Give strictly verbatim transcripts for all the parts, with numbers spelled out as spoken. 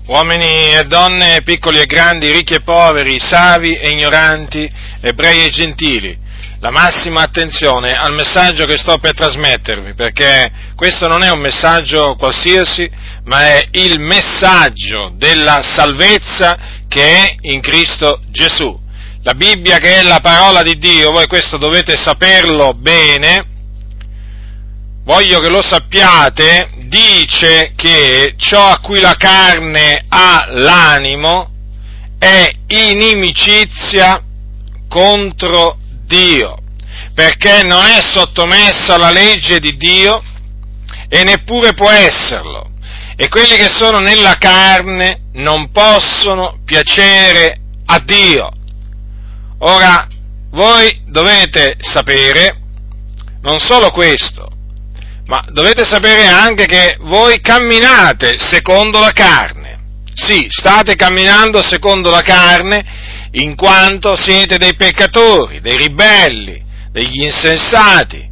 uomini e donne, piccoli e grandi, ricchi e poveri, savi e ignoranti, ebrei e gentili, la massima attenzione al messaggio che sto per trasmettervi, perché questo non è un messaggio qualsiasi, ma è il messaggio della salvezza che è in Cristo Gesù. La Bibbia, che è la parola di Dio, voi questo dovete saperlo bene, voglio che lo sappiate, dice che ciò a cui la carne ha l'animo è inimicizia contro Dio, perché non è sottomesso alla legge di Dio e neppure può esserlo, e quelli che sono nella carne non possono piacere a Dio. Ora, voi dovete sapere non solo questo, ma dovete sapere anche che voi camminate secondo la carne. Sì, state camminando secondo la carne in quanto siete dei peccatori, dei ribelli, degli insensati,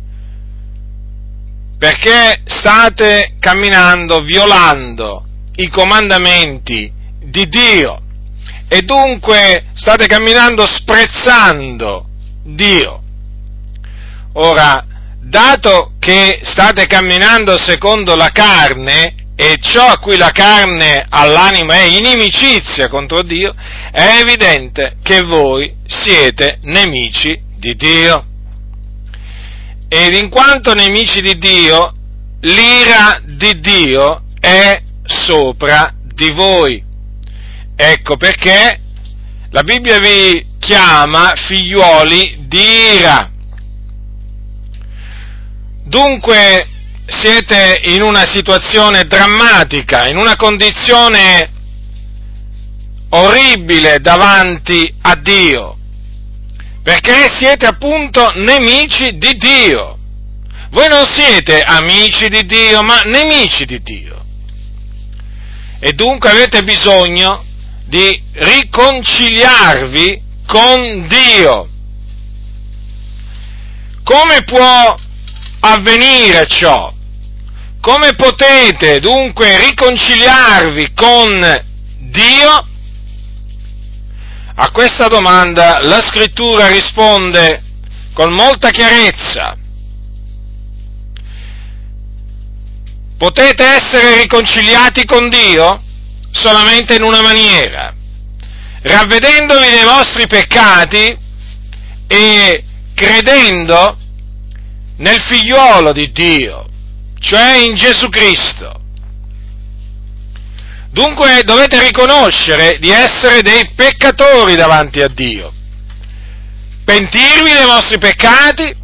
perché state camminando violando i comandamenti di Dio e dunque state camminando sprezzando Dio. Ora, dato che state camminando secondo la carne, e ciò a cui la carne ha l'anima è inimicizia contro Dio, è evidente che voi siete nemici di Dio. Ed in quanto nemici di Dio, l'ira di Dio è sopra di voi. Ecco perché la Bibbia vi chiama figliuoli di ira. Dunque siete in una situazione drammatica, in una condizione orribile davanti a Dio, perché siete appunto nemici di Dio. Voi non siete amici di Dio, ma nemici di Dio. E dunque avete bisogno di riconciliarvi con Dio. Come può avvenire ciò? Come potete dunque riconciliarvi con Dio? A questa domanda la Scrittura risponde con molta chiarezza. Potete essere riconciliati con Dio solamente in una maniera, ravvedendovi dei vostri peccati e credendo nel figliuolo di Dio, cioè in Gesù Cristo. Dunque dovete riconoscere di essere dei peccatori davanti a Dio, pentirvi dei vostri peccati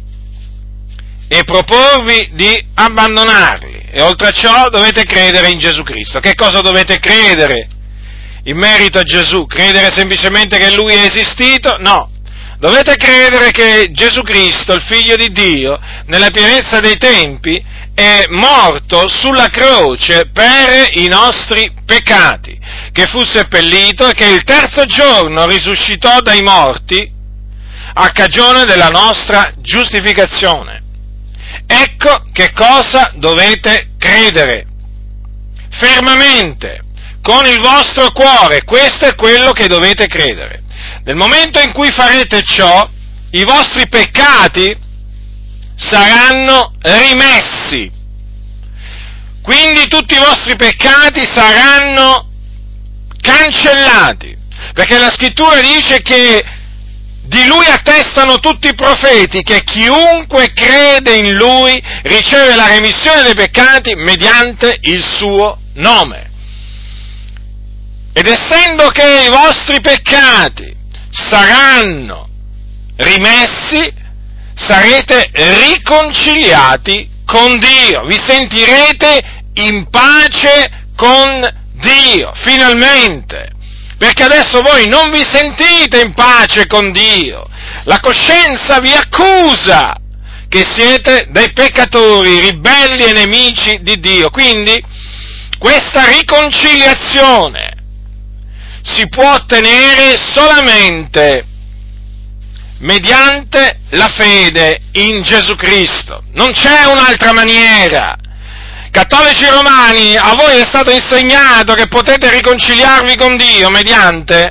e proporvi di abbandonarli. E oltre a ciò dovete credere in Gesù Cristo. Che cosa dovete credere in merito a Gesù? Credere semplicemente che Lui è esistito? No. Dovete credere che Gesù Cristo, il Figlio di Dio, nella pienezza dei tempi, è morto sulla croce per i nostri peccati, che fu seppellito e che il terzo giorno risuscitò dai morti a cagione della nostra giustificazione. Ecco che cosa dovete credere, fermamente, con il vostro cuore. Questo è quello che dovete credere. Nel momento in cui farete ciò, i vostri peccati saranno rimessi. Quindi tutti i vostri peccati saranno cancellati, perché la Scrittura dice che di Lui attestano tutti i profeti che chiunque crede in Lui riceve la remissione dei peccati mediante il suo nome. Ed essendo che i vostri peccati saranno rimessi, sarete riconciliati con Dio, vi sentirete in pace con Dio, finalmente, perché adesso voi non vi sentite in pace con Dio, la coscienza vi accusa che siete dei peccatori, ribelli e nemici di Dio. Quindi questa riconciliazione si può ottenere solamente mediante la fede in Gesù Cristo. Non c'è un'altra maniera. Cattolici romani, a voi è stato insegnato che potete riconciliarvi con Dio mediante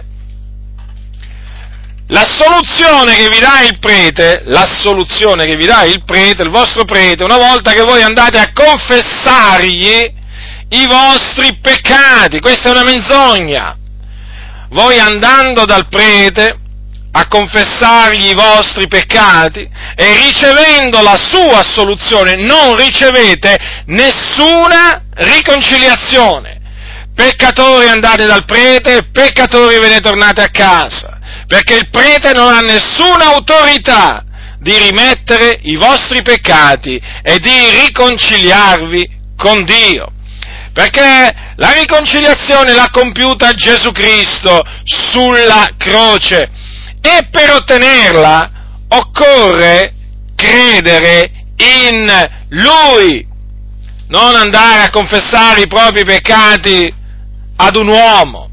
la soluzione che vi dà il prete, la soluzione che vi dà il prete, il vostro prete, una volta che voi andate a confessargli i vostri peccati. Questa è una menzogna. Voi andando dal prete a confessargli i vostri peccati e ricevendo la sua assoluzione non ricevete nessuna riconciliazione. Peccatori andate dal prete, peccatori ve ne tornate a casa, perché il prete non ha nessuna autorità di rimettere i vostri peccati e di riconciliarvi con Dio. Perché la riconciliazione l'ha compiuta Gesù Cristo sulla croce e per ottenerla occorre credere in Lui, non andare a confessare i propri peccati ad un uomo,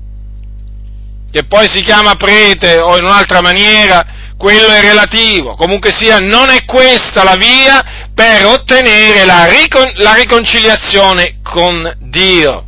che poi si chiama prete o in un'altra maniera, quello è relativo. Comunque sia, non è questa la via per ottenere la, ricon- la riconciliazione con Dio.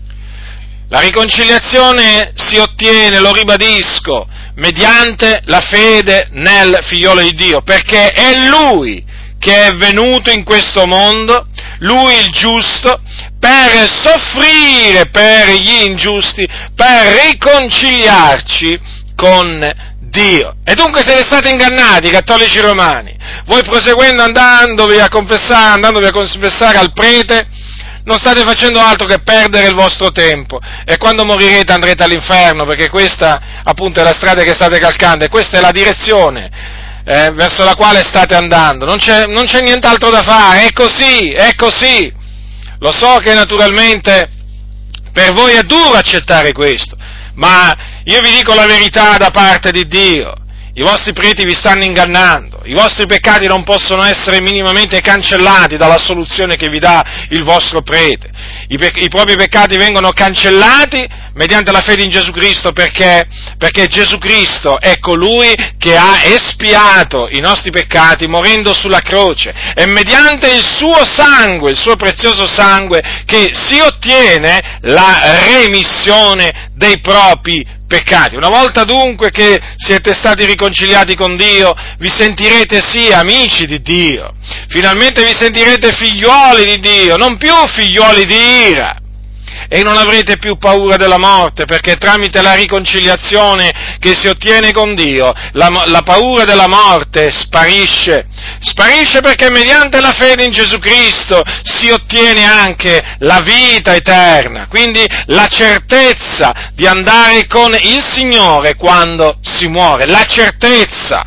La riconciliazione si ottiene, lo ribadisco, mediante la fede nel Figliolo di Dio, perché è Lui che è venuto in questo mondo, Lui il giusto, per soffrire per gli ingiusti, per riconciliarci con Dio. E dunque siete stati ingannati, cattolici romani. Voi proseguendo andandovi a confessare, andandovi a confessare al prete, non state facendo altro che perdere il vostro tempo, e quando morirete andrete all'inferno, perché questa appunto è la strada che state calcando, e questa è la direzione eh, verso la quale state andando. Non c'è, non c'è nient'altro da fare, è così, è così. Lo so che naturalmente per voi è duro accettare questo, ma io vi dico la verità da parte di Dio. I vostri preti vi stanno ingannando, i vostri peccati non possono essere minimamente cancellati dalla soluzione che vi dà il vostro prete. I, pe- i propri peccati vengono cancellati mediante la fede in Gesù Cristo, perché, perché Gesù Cristo è colui che ha espiato i nostri peccati morendo sulla croce, e mediante il suo sangue, il suo prezioso sangue, che si ottiene la remissione dei propri peccati. Una volta dunque che siete stati riconciliati con Dio, vi sentirete sì amici di Dio, finalmente vi sentirete figliuoli di Dio, non più figliuoli di ira, e non avrete più paura della morte, perché tramite la riconciliazione che si ottiene con Dio, la, la paura della morte sparisce, sparisce perché mediante la fede in Gesù Cristo si ottiene anche la vita eterna, quindi la certezza di andare con il Signore quando si muore, la certezza.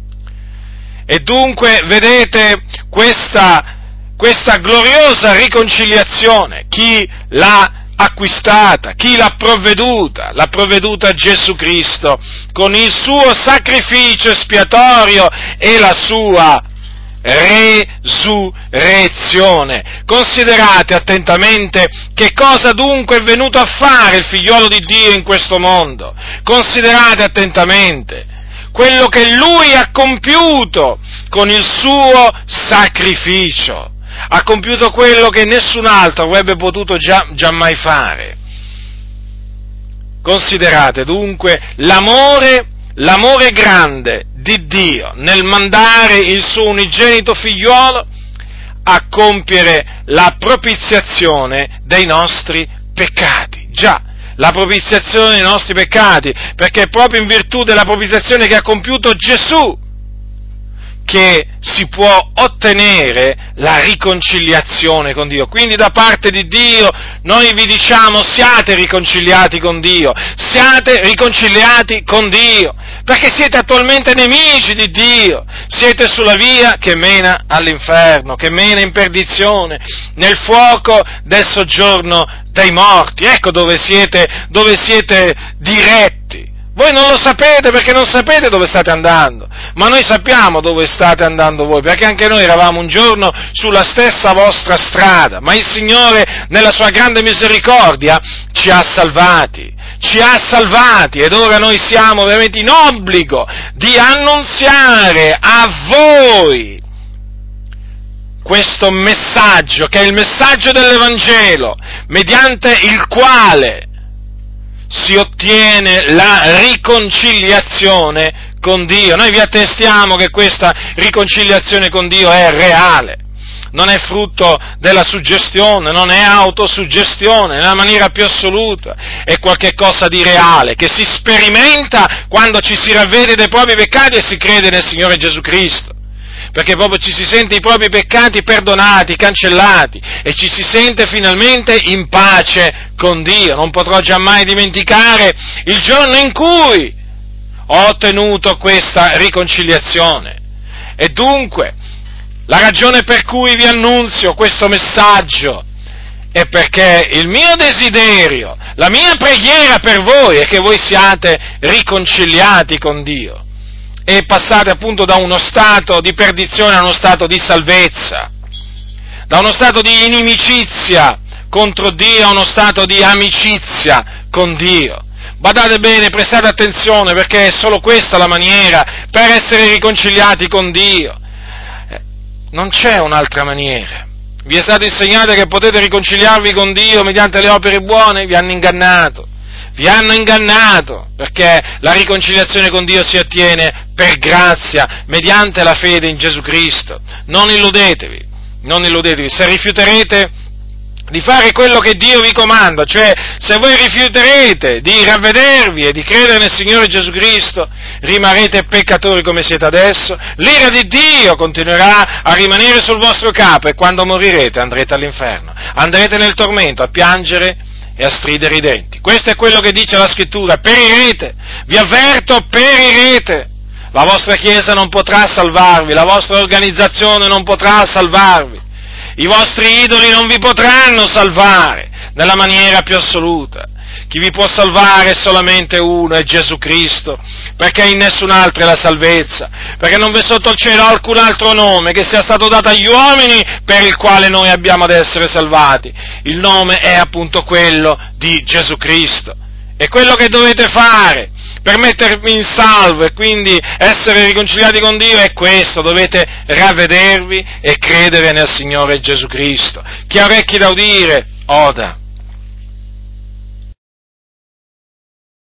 E dunque, vedete, questa, questa gloriosa riconciliazione, chi l'ha acquistata, chi l'ha provveduta? L'ha provveduta Gesù Cristo con il suo sacrificio espiatorio e la sua resurrezione. Considerate attentamente che cosa dunque è venuto a fare il figliolo di Dio in questo mondo. Considerate attentamente quello che Lui ha compiuto con il suo sacrificio. Ha compiuto quello che nessun altro avrebbe potuto già, giammai fare. Considerate dunque l'amore, l'amore grande di Dio nel mandare il suo unigenito figliuolo a compiere la propiziazione dei nostri peccati. Già, la propiziazione dei nostri peccati, perché è proprio in virtù della propiziazione che ha compiuto Gesù che si può ottenere la riconciliazione con Dio. Quindi da parte di Dio noi vi diciamo: siate riconciliati con Dio, siate riconciliati con Dio, perché siete attualmente nemici di Dio, siete sulla via che mena all'inferno, che mena in perdizione, nel fuoco del soggiorno dei morti. Ecco dove siete, dove siete diretti. Voi non lo sapete perché non sapete dove state andando, ma noi sappiamo dove state andando voi, perché anche noi eravamo un giorno sulla stessa vostra strada, ma il Signore nella sua grande misericordia ci ha salvati, ci ha salvati, ed ora noi siamo veramente in obbligo di annunziare a voi questo messaggio, che è il messaggio dell'Evangelo, mediante il quale si ottiene la riconciliazione con Dio. Noi vi attestiamo che questa riconciliazione con Dio è reale, non è frutto della suggestione, non è autosuggestione, nella maniera più assoluta, è qualche cosa di reale, che si sperimenta quando ci si ravvede dei propri peccati e si crede nel Signore Gesù Cristo, perché proprio ci si sente i propri peccati perdonati, cancellati, e ci si sente finalmente in pace con Dio. Non potrò giammai dimenticare il giorno in cui ho ottenuto questa riconciliazione, e dunque la ragione per cui vi annunzio questo messaggio è perché il mio desiderio, la mia preghiera per voi è che voi siate riconciliati con Dio e passate appunto da uno stato di perdizione a uno stato di salvezza, da uno stato di inimicizia contro Dio a uno stato di amicizia con Dio. Badate bene, prestate attenzione, perché è solo questa la maniera per essere riconciliati con Dio. Non c'è un'altra maniera. Vi è stato insegnato che potete riconciliarvi con Dio mediante le opere buone? Vi hanno ingannato. Vi hanno ingannato, perché la riconciliazione con Dio si ottiene per grazia, mediante la fede in Gesù Cristo. Non illudetevi, non illudetevi. Se rifiuterete di fare quello che Dio vi comanda, cioè se voi rifiuterete di ravvedervi e di credere nel Signore Gesù Cristo, rimarrete peccatori come siete adesso, l'ira di Dio continuerà a rimanere sul vostro capo e quando morirete andrete all'inferno, andrete nel tormento a piangere e a stridere i denti. Questo è quello che dice la Scrittura: perirete, vi avverto, perirete. La vostra Chiesa non potrà salvarvi, la vostra organizzazione non potrà salvarvi. I vostri idoli non vi potranno salvare nella maniera più assoluta. Chi vi può salvare è solamente uno, è Gesù Cristo, perché in nessun altro è la salvezza, perché non v'è sotto il cielo alcun altro nome che sia stato dato agli uomini per il quale noi abbiamo ad essere salvati. Il nome è appunto quello di Gesù Cristo. E quello che dovete fare per mettervi in salvo e quindi essere riconciliati con Dio è questo: dovete ravvedervi e credere nel Signore Gesù Cristo. Chi ha orecchi da udire, oda.